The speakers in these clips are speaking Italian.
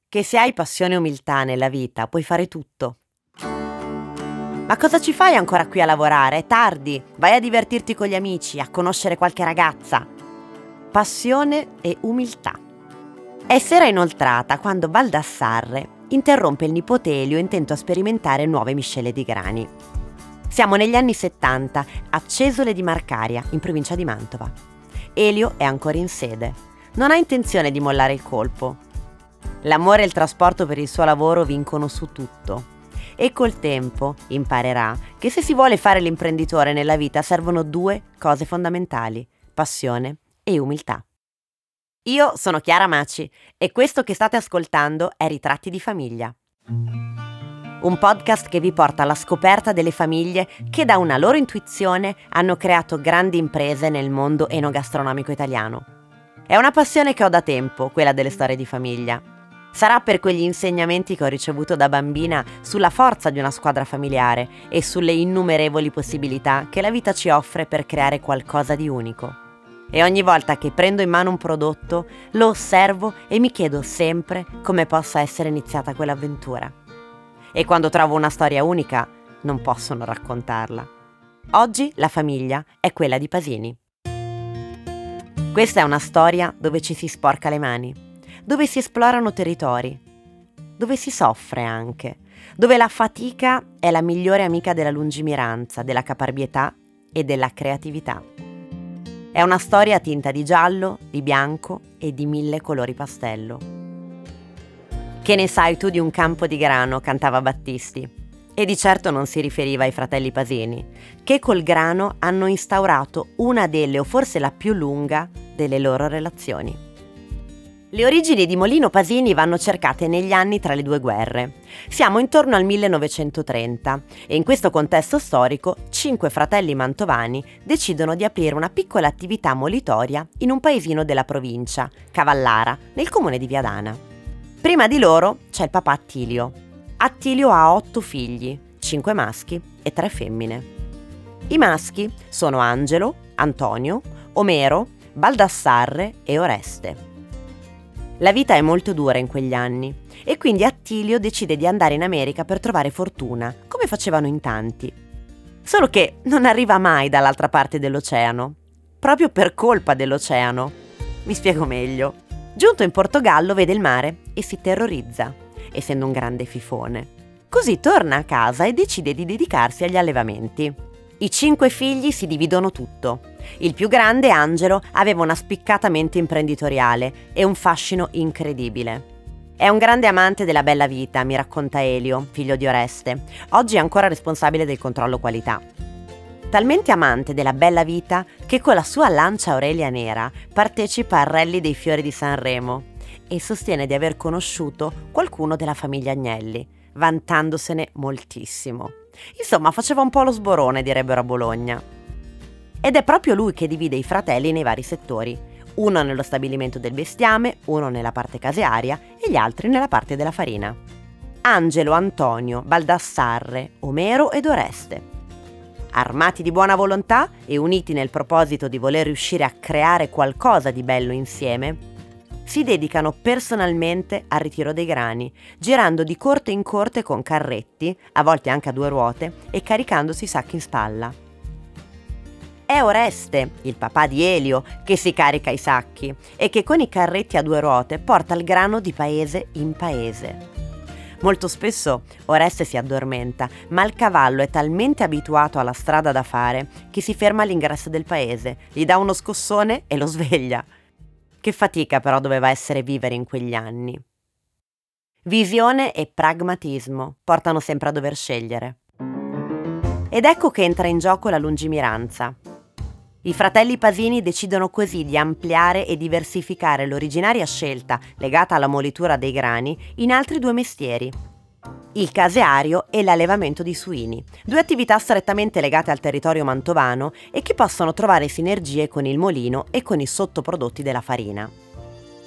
che se hai passione e umiltà nella vita puoi fare tutto. Ma cosa ci fai ancora qui a lavorare? È tardi, vai a divertirti con gli amici, a conoscere qualche ragazza. Passione e umiltà. È sera inoltrata quando Baldassarre interrompe il nipote Elio intento a sperimentare nuove miscele di grani. Siamo negli anni 70, a Cesole di Marcaria, in provincia di Mantova. Elio è ancora in sede. Non ha intenzione di mollare il colpo. L'amore e il trasporto per il suo lavoro vincono su tutto. E col tempo imparerà che se si vuole fare l'imprenditore nella vita servono due cose fondamentali: passione e umiltà. Io sono Chiara Maci e questo che state ascoltando è Ritratti di famiglia. Un podcast che vi porta alla scoperta delle famiglie che da una loro intuizione hanno creato grandi imprese nel mondo enogastronomico italiano. È una passione che ho da tempo, quella delle storie di famiglia. Sarà per quegli insegnamenti che ho ricevuto da bambina sulla forza di una squadra familiare e sulle innumerevoli possibilità che la vita ci offre per creare qualcosa di unico. E ogni volta che prendo in mano un prodotto, lo osservo e mi chiedo sempre come possa essere iniziata quell'avventura. E quando trovo una storia unica, non posso non raccontarla. Oggi la famiglia è quella di Pasini. Questa è una storia dove ci si sporca le mani, dove si esplorano territori, dove si soffre anche, dove la fatica è la migliore amica della lungimiranza, della caparbietà e della creatività. È una storia tinta di giallo, di bianco e di 1000 colori pastello. Che ne sai tu di un campo di grano, cantava Battisti. E di certo non si riferiva ai fratelli Pasini, che col grano hanno instaurato una delle, o forse la più lunga, delle loro relazioni. Le origini di Molino Pasini vanno cercate negli anni tra le due guerre. Siamo intorno al 1930 e in questo contesto storico 5 fratelli mantovani decidono di aprire una piccola attività molitoria in un paesino della provincia, Cavallara, nel comune di Viadana. Prima di loro c'è il papà Attilio. Attilio ha 8 figli, 5 maschi e 3 femmine. I maschi sono Angelo, Antonio, Omero, Baldassarre e Oreste. La vita è molto dura in quegli anni e quindi Attilio decide di andare in America per trovare fortuna, come facevano in tanti. Solo che non arriva mai dall'altra parte dell'oceano, proprio per colpa dell'oceano. Mi spiego meglio. Giunto in Portogallo vede il mare e si terrorizza, essendo un grande fifone. Così torna a casa e decide di dedicarsi agli allevamenti. I 5 figli si dividono tutto. Il più grande, Angelo, aveva una spiccata mente imprenditoriale e un fascino incredibile. È un grande amante della bella vita, mi racconta Elio, figlio di Oreste, oggi è ancora responsabile del controllo qualità. Talmente amante della bella vita che con la sua Lancia Aurelia nera partecipa al Rally dei Fiori di Sanremo e sostiene di aver conosciuto qualcuno della famiglia Agnelli, vantandosene moltissimo. Insomma, faceva un po' lo sborone, direbbero a Bologna. Ed è proprio lui che divide i fratelli nei vari settori, uno nello stabilimento del bestiame, uno nella parte casearia e gli altri nella parte della farina. Angelo, Antonio, Baldassarre, Omero ed Oreste. Armati di buona volontà e uniti nel proposito di voler riuscire a creare qualcosa di bello insieme, si dedicano personalmente al ritiro dei grani, girando di corte in corte con carretti, a volte anche a 2 ruote, e caricandosi i sacchi in spalla. È Oreste, il papà di Elio, che si carica i sacchi e che con i carretti a 2 ruote porta il grano di paese in paese. Molto spesso Oreste si addormenta, ma il cavallo è talmente abituato alla strada da fare che si ferma all'ingresso del paese, gli dà uno scossone e lo sveglia. Che fatica però doveva essere vivere in quegli anni. Visione e pragmatismo portano sempre a dover scegliere. Ed ecco che entra in gioco la lungimiranza. I fratelli Pasini decidono così di ampliare e diversificare l'originaria scelta legata alla molitura dei grani in altri 2 mestieri: il caseario e l'allevamento di suini, 2 attività strettamente legate al territorio mantovano e che possono trovare sinergie con il molino e con i sottoprodotti della farina.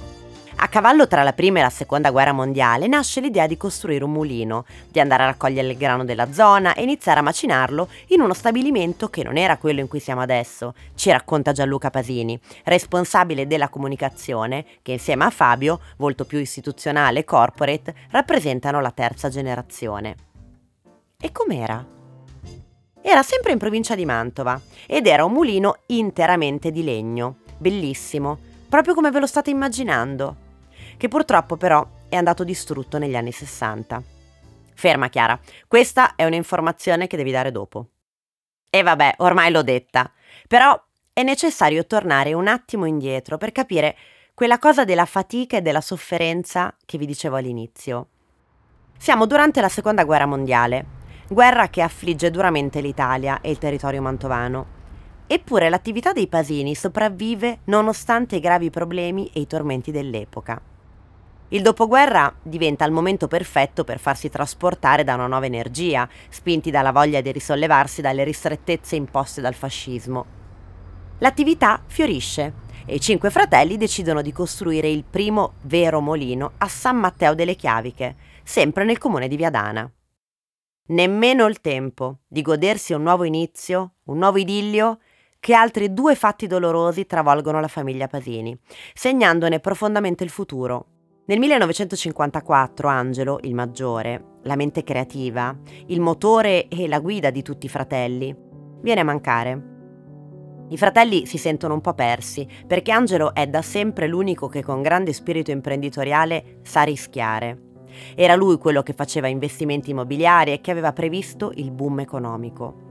A cavallo tra la prima e la seconda guerra mondiale nasce l'idea di costruire un mulino, di andare a raccogliere il grano della zona e iniziare a macinarlo in uno stabilimento che non era quello in cui siamo adesso, ci racconta Gianluca Pasini, responsabile della comunicazione, che insieme a Fabio, volto più istituzionale e corporate, rappresentano la terza generazione. E com'era? Era sempre in provincia di Mantova ed era un mulino interamente di legno, bellissimo, proprio come ve lo state immaginando, che purtroppo però è andato distrutto negli anni 60. Ferma Chiara, questa è un'informazione che devi dare dopo. E vabbè, ormai l'ho detta, però è necessario tornare un attimo indietro per capire quella cosa della fatica e della sofferenza che vi dicevo all'inizio. Siamo durante la Seconda Guerra Mondiale, guerra che affligge duramente l'Italia e il territorio mantovano. Eppure l'attività dei Pasini sopravvive nonostante i gravi problemi e i tormenti dell'epoca. Il dopoguerra diventa il momento perfetto per farsi trasportare da una nuova energia, spinti dalla voglia di risollevarsi dalle ristrettezze imposte dal fascismo. L'attività fiorisce e i 5 fratelli decidono di costruire il primo vero mulino a San Matteo delle Chiaviche, sempre nel comune di Viadana. Nemmeno il tempo di godersi un nuovo inizio, un nuovo idillio, che altri 2 fatti dolorosi travolgono la famiglia Pasini, segnandone profondamente il futuro. Nel 1954 Angelo, il maggiore, la mente creativa, il motore e la guida di tutti i fratelli, viene a mancare. I fratelli si sentono un po' persi, perché Angelo è da sempre l'unico che con grande spirito imprenditoriale sa rischiare. Era lui quello che faceva investimenti immobiliari e che aveva previsto il boom economico.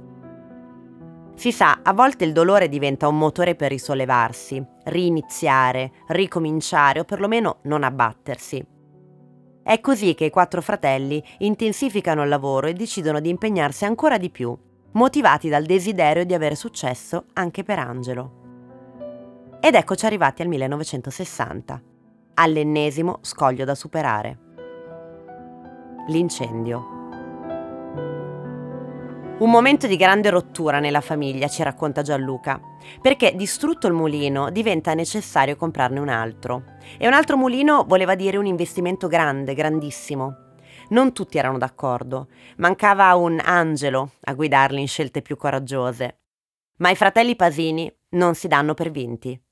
Si sa, a volte il dolore diventa un motore per risollevarsi, riniziare, ricominciare o perlomeno non abbattersi. È così che i 4 fratelli intensificano il lavoro e decidono di impegnarsi ancora di più, motivati dal desiderio di avere successo anche per Angelo. Ed eccoci arrivati al 1960, all'ennesimo scoglio da superare. L'incendio. Un momento di grande rottura nella famiglia, ci racconta Gianluca, perché distrutto il mulino diventa necessario comprarne un altro. E un altro mulino voleva dire un investimento grande, grandissimo. Non tutti erano d'accordo, mancava un Angelo a guidarli in scelte più coraggiose. Ma i fratelli Pasini non si danno per vinti.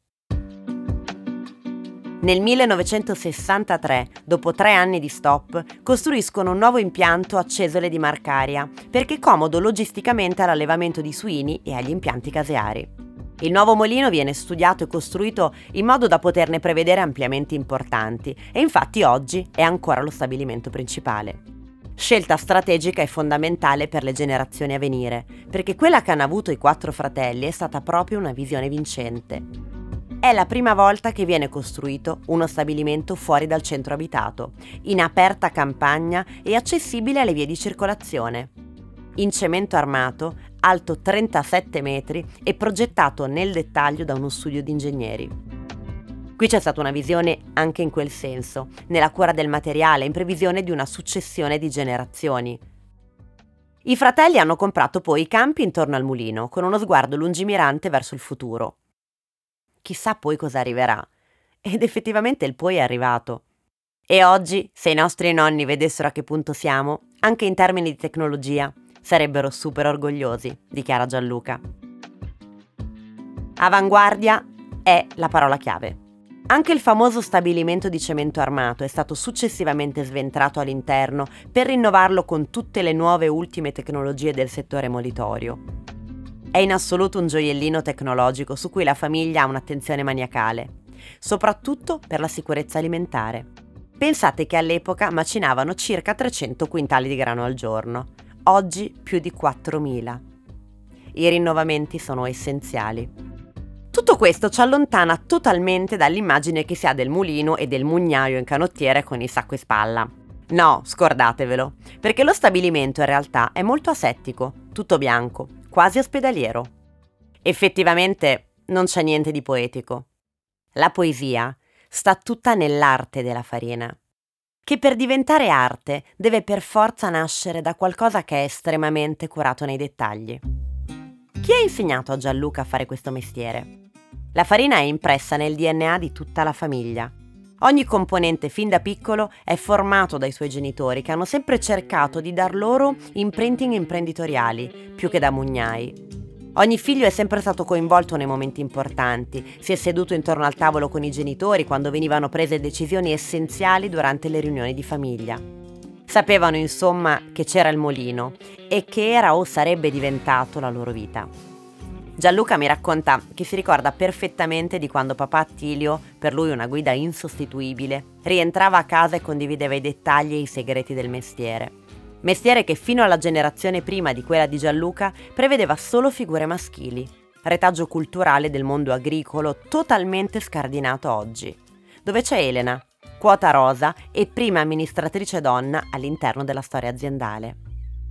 Nel 1963, dopo 3 anni di stop, costruiscono un nuovo impianto a Cesole di Marcaria, perché è comodo logisticamente all'allevamento di suini e agli impianti caseari. Il nuovo mulino viene studiato e costruito in modo da poterne prevedere ampliamenti importanti e infatti oggi è ancora lo stabilimento principale. Scelta strategica e fondamentale per le generazioni a venire, perché quella che hanno avuto i 4 fratelli è stata proprio una visione vincente. È la prima volta che viene costruito uno stabilimento fuori dal centro abitato, in aperta campagna e accessibile alle vie di circolazione. In cemento armato, alto 37 metri e progettato nel dettaglio da uno studio di ingegneri. Qui c'è stata una visione anche in quel senso, nella cura del materiale, in previsione di una successione di generazioni. I fratelli hanno comprato poi i campi intorno al mulino, con uno sguardo lungimirante verso il futuro. Chissà poi cosa arriverà. Ed effettivamente il poi è arrivato. E oggi, se i nostri nonni vedessero a che punto siamo, anche in termini di tecnologia, sarebbero super orgogliosi, dichiara Gianluca. Avanguardia è la parola chiave. Anche il famoso stabilimento di cemento armato è stato successivamente sventrato all'interno per rinnovarlo con tutte le nuove e ultime tecnologie del settore molitorio. È in assoluto un gioiellino tecnologico su cui la famiglia ha un'attenzione maniacale, soprattutto per la sicurezza alimentare. Pensate che all'epoca macinavano circa 300 quintali di grano al giorno, oggi più di 4.000. I rinnovamenti sono essenziali. Tutto questo ci allontana totalmente dall'immagine che si ha del mulino e del mugnaio in canottiere con il sacco in spalla. No, scordatevelo, perché lo stabilimento in realtà è molto asettico, tutto bianco, quasi ospedaliero. Effettivamente non c'è niente di poetico. La poesia sta tutta nell'arte della farina, che per diventare arte deve per forza nascere da qualcosa che è estremamente curato nei dettagli. Chi ha insegnato a Gianluca a fare questo mestiere? La farina è impressa nel DNA di tutta la famiglia. Ogni componente fin da piccolo è formato dai suoi genitori, che hanno sempre cercato di dar loro imprinting imprenditoriali, più che da mugnai. Ogni figlio è sempre stato coinvolto nei momenti importanti, si è seduto intorno al tavolo con i genitori quando venivano prese decisioni essenziali durante le riunioni di famiglia. Sapevano insomma che c'era il mulino e che era o sarebbe diventato la loro vita. Gianluca mi racconta che si ricorda perfettamente di quando papà Attilio, per lui una guida insostituibile, rientrava a casa e condivideva i dettagli e i segreti del mestiere. Mestiere che fino alla generazione prima di quella di Gianluca prevedeva solo figure maschili, retaggio culturale del mondo agricolo totalmente scardinato oggi, dove c'è Elena, quota rosa e prima amministratrice donna all'interno della storia aziendale.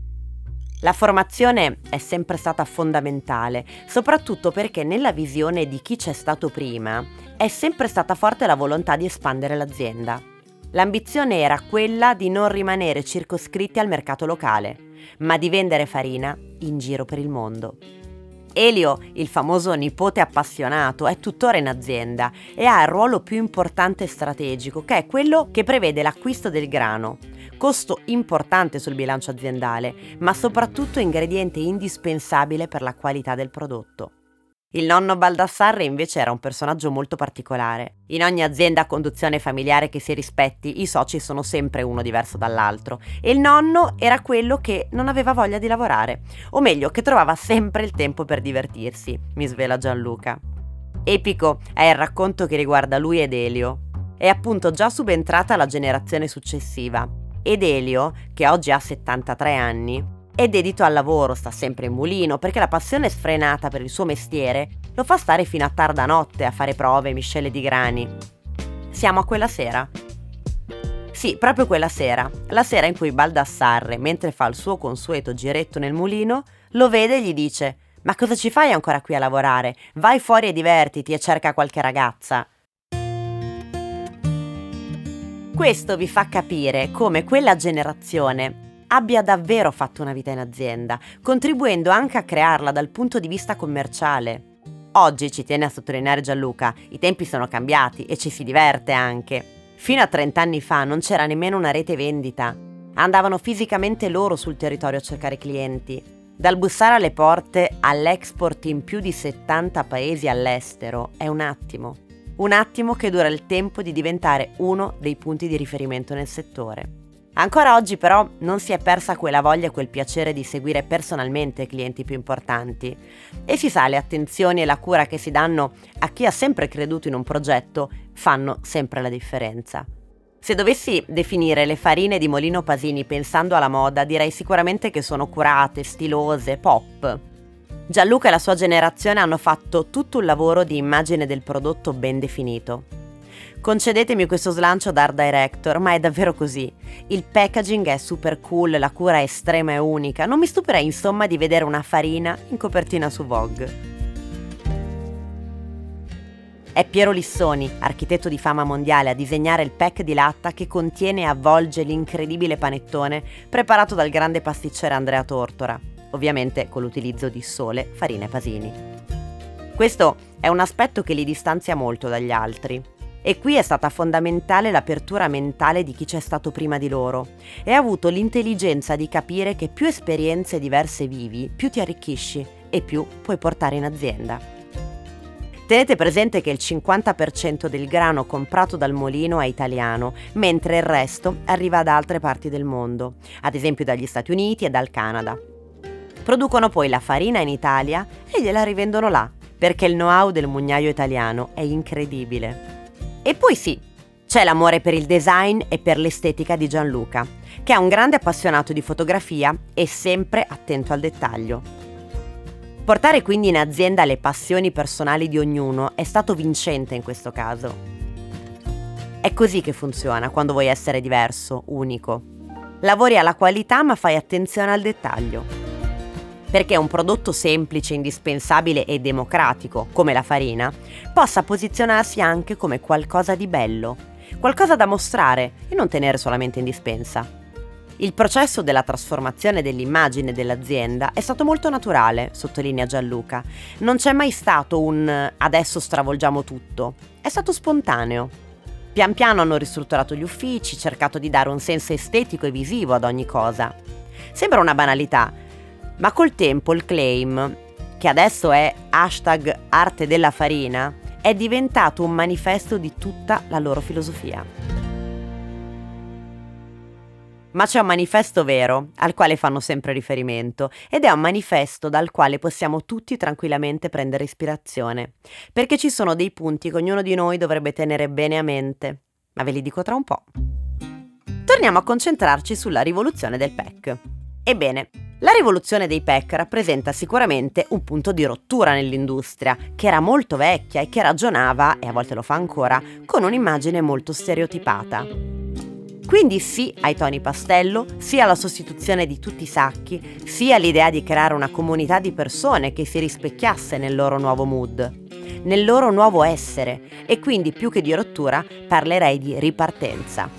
La formazione è sempre stata fondamentale, soprattutto perché nella visione di chi c'è stato prima è sempre stata forte la volontà di espandere l'azienda. L'ambizione era quella di non rimanere circoscritti al mercato locale, ma di vendere farina in giro per il mondo. Elio, il famoso nipote appassionato, è tuttora in azienda e ha il ruolo più importante e strategico, che è quello che prevede l'acquisto del grano, costo importante sul bilancio aziendale, ma soprattutto ingrediente indispensabile per la qualità del prodotto. Il nonno Baldassarre invece era un personaggio molto particolare. In ogni azienda a conduzione familiare che si rispetti, i soci sono sempre uno diverso dall'altro e il nonno era quello che non aveva voglia di lavorare, o meglio, che trovava sempre il tempo per divertirsi, mi svela Gianluca. Epico è il racconto che riguarda lui ed Elio. È appunto già subentrata la generazione successiva ed Elio, che oggi ha 73 anni, è dedito al lavoro, sta sempre in mulino perché la passione sfrenata per il suo mestiere lo fa stare fino a tarda notte a fare prove e miscele di grani. Siamo a quella sera. Sì, proprio quella sera, la sera in cui Baldassarre, mentre fa il suo consueto giretto nel mulino, lo vede e gli dice: «Ma cosa ci fai ancora qui a lavorare? Vai fuori e divertiti e cerca qualche ragazza». Questo vi fa capire come quella generazione abbia davvero fatto una vita in azienda, contribuendo anche a crearla dal punto di vista commerciale. Oggi, ci tiene a sottolineare Gianluca, i tempi sono cambiati e ci si diverte anche. Fino a 30 anni fa non c'era nemmeno una rete vendita. Andavano fisicamente loro sul territorio a cercare clienti. Dal bussare alle porte all'export in più di 70 paesi all'estero è un attimo. Un attimo che dura il tempo di diventare uno dei punti di riferimento nel settore. Ancora oggi però non si è persa quella voglia e quel piacere di seguire personalmente i clienti più importanti e si sa, le attenzioni e la cura che si danno a chi ha sempre creduto in un progetto fanno sempre la differenza. Se dovessi definire le farine di Molino Pasini pensando alla moda, direi sicuramente che sono curate, stilose, pop. Gianluca e la sua generazione hanno fatto tutto un lavoro di immagine del prodotto ben definito. Concedetemi questo slancio da art director, ma è davvero così. Il packaging è super cool, la cura è estrema e unica. Non mi stupirei insomma di vedere una farina in copertina su Vogue. È Piero Lissoni, architetto di fama mondiale, a disegnare il pack di latta che contiene e avvolge l'incredibile panettone preparato dal grande pasticcere Andrea Tortora, ovviamente con l'utilizzo di sole farine Pasini. Questo è un aspetto che li distanzia molto dagli altri. E qui è stata fondamentale l'apertura mentale di chi c'è stato prima di loro e ha avuto l'intelligenza di capire che più esperienze diverse vivi, più ti arricchisci e più puoi portare in azienda. Tenete presente che il 50% del grano comprato dal mulino è italiano, mentre il resto arriva da altre parti del mondo, ad esempio dagli Stati Uniti e dal Canada. Producono poi la farina in Italia e gliela rivendono là, perché il know-how del mugnaio italiano è incredibile. E poi sì, c'è l'amore per il design e per l'estetica di Gianluca, che è un grande appassionato di fotografia e sempre attento al dettaglio. Portare quindi in azienda le passioni personali di ognuno è stato vincente in questo caso. È così che funziona quando vuoi essere diverso, unico. Lavori alla qualità ma fai attenzione al dettaglio. Perché un prodotto semplice, indispensabile e democratico, come la farina, possa posizionarsi anche come qualcosa di bello, qualcosa da mostrare e non tenere solamente in dispensa. Il processo della trasformazione dell'immagine dell'azienda è stato molto naturale, sottolinea Gianluca. Non c'è mai stato un «adesso stravolgiamo tutto», è stato spontaneo. Pian piano hanno ristrutturato gli uffici, cercato di dare un senso estetico e visivo ad ogni cosa. Sembra una banalità, ma col tempo il claim, che adesso è #arte della farina, è diventato un manifesto di tutta la loro filosofia. Ma c'è un manifesto vero, al quale fanno sempre riferimento, ed è un manifesto dal quale possiamo tutti tranquillamente prendere ispirazione, perché ci sono dei punti che ognuno di noi dovrebbe tenere bene a mente, ma ve li dico tra un po'. Torniamo a concentrarci sulla rivoluzione del PEC. Ebbene, la rivoluzione dei PEC rappresenta sicuramente un punto di rottura nell'industria, che era molto vecchia e che ragionava, e a volte lo fa ancora, con un'immagine molto stereotipata. Quindi sì ai toni pastello, sì alla sostituzione di tutti i sacchi, sì all'idea di creare una comunità di persone che si rispecchiasse nel loro nuovo mood, nel loro nuovo essere, e quindi più che di rottura parlerei di ripartenza.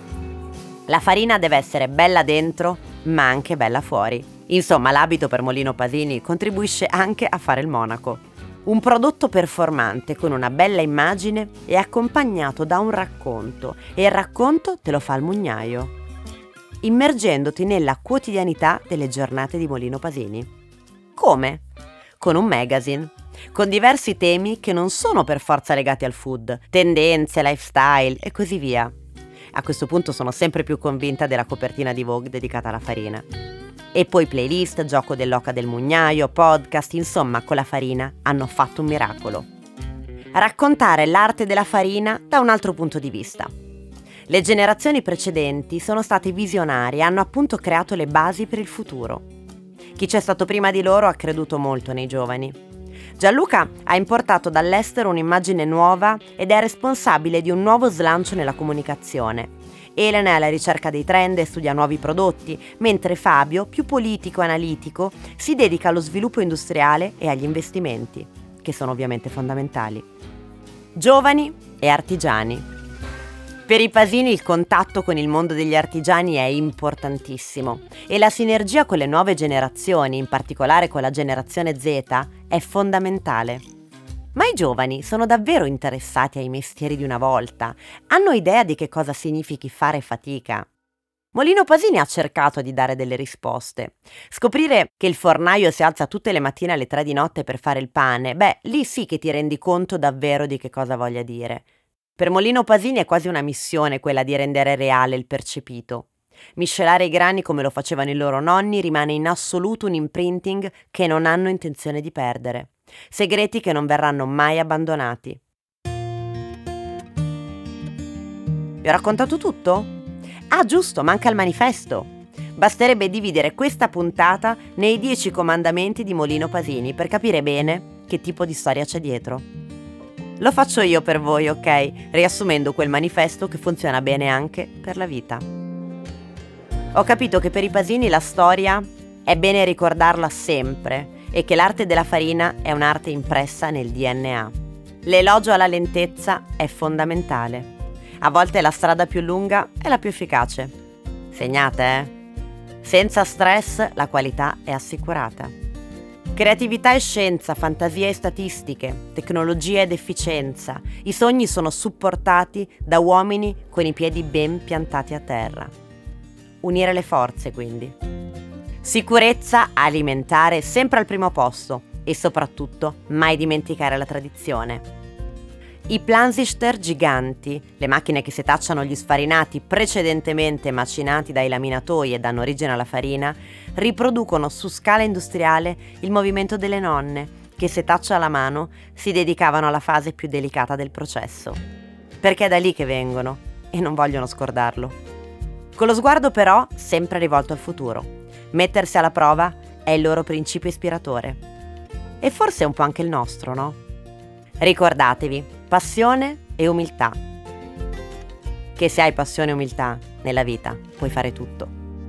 La farina deve essere bella dentro, ma anche bella fuori. Insomma, l'abito per Molino Pasini contribuisce anche a fare il monaco. Un prodotto performante con una bella immagine e accompagnato da un racconto, e il racconto te lo fa il mugnaio, immergendoti nella quotidianità delle giornate di Molino Pasini. Come? Con un magazine, con diversi temi che non sono per forza legati al food, tendenze, lifestyle e così via. A questo punto sono sempre più convinta della copertina di Vogue dedicata alla farina. E poi playlist, gioco dell'oca del mugnaio, podcast, insomma con la farina hanno fatto un miracolo. Raccontare l'arte della farina da un altro punto di vista. Le generazioni precedenti sono state visionarie e hanno appunto creato le basi per il futuro. Chi c'è stato prima di loro ha creduto molto nei giovani. Gianluca ha importato dall'estero un'immagine nuova ed è responsabile di un nuovo slancio nella comunicazione. Elena è alla ricerca dei trend e studia nuovi prodotti, mentre Fabio, più politico e analitico, si dedica allo sviluppo industriale e agli investimenti, che sono ovviamente fondamentali. Giovani e artigiani. Per i Pasini il contatto con il mondo degli artigiani è importantissimo e la sinergia con le nuove generazioni, in particolare con la generazione Z, è fondamentale. Ma i giovani sono davvero interessati ai mestieri di una volta? Hanno idea di che cosa significhi fare fatica? Molino Pasini ha cercato di dare delle risposte. Scoprire che il fornaio si alza tutte le mattine alle 3 di notte per fare il pane, lì sì che ti rendi conto davvero di che cosa voglia dire. Per Molino Pasini è quasi una missione quella di rendere reale il percepito. Miscelare i grani come lo facevano i loro nonni rimane in assoluto un imprinting che non hanno intenzione di perdere. Segreti che non verranno mai abbandonati. Vi ho raccontato tutto? Ah, giusto, manca il manifesto. Basterebbe dividere questa puntata nei 10 comandamenti di Molino Pasini per capire bene che tipo di storia c'è dietro. Lo faccio io per voi, ok? Riassumendo quel manifesto che funziona bene anche per la vita. Ho capito che per i Pasini la storia è bene ricordarla sempre e che l'arte della farina è un'arte impressa nel DNA. L'elogio alla lentezza è fondamentale. A volte la strada più lunga è la più efficace. Segnate, Senza stress la qualità è assicurata. Creatività e scienza, fantasia e statistiche, tecnologia ed efficienza. I sogni sono supportati da uomini con i piedi ben piantati a terra. Unire le forze, quindi. Sicurezza alimentare sempre al primo posto e soprattutto mai dimenticare la tradizione. I Plansichter giganti, le macchine che setacciano gli sfarinati precedentemente macinati dai laminatoi e danno origine alla farina, riproducono su scala industriale il movimento delle nonne che, setaccia alla mano, si dedicavano alla fase più delicata del processo. Perché è da lì che vengono e non vogliono scordarlo. Con lo sguardo però sempre rivolto al futuro. Mettersi alla prova è il loro principio ispiratore. E forse è un po' anche il nostro, no? Ricordatevi, passione e umiltà. Che se hai passione e umiltà nella vita puoi fare tutto.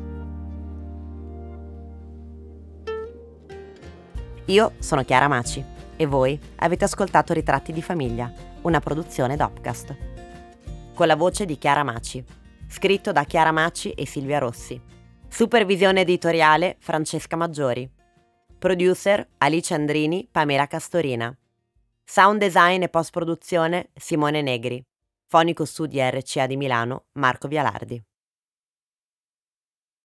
Io sono Chiara Maci e voi avete ascoltato Ritratti di famiglia, una produzione Dopcast. Con la voce di Chiara Maci, scritto da Chiara Maci e Silvia Rossi. Supervisione editoriale Francesca Maggiori. Producer Alice Andrini, Pamela Castorina. Sound design e post-produzione Simone Negri. Fonico Studi RCA di Milano, Marco Vialardi.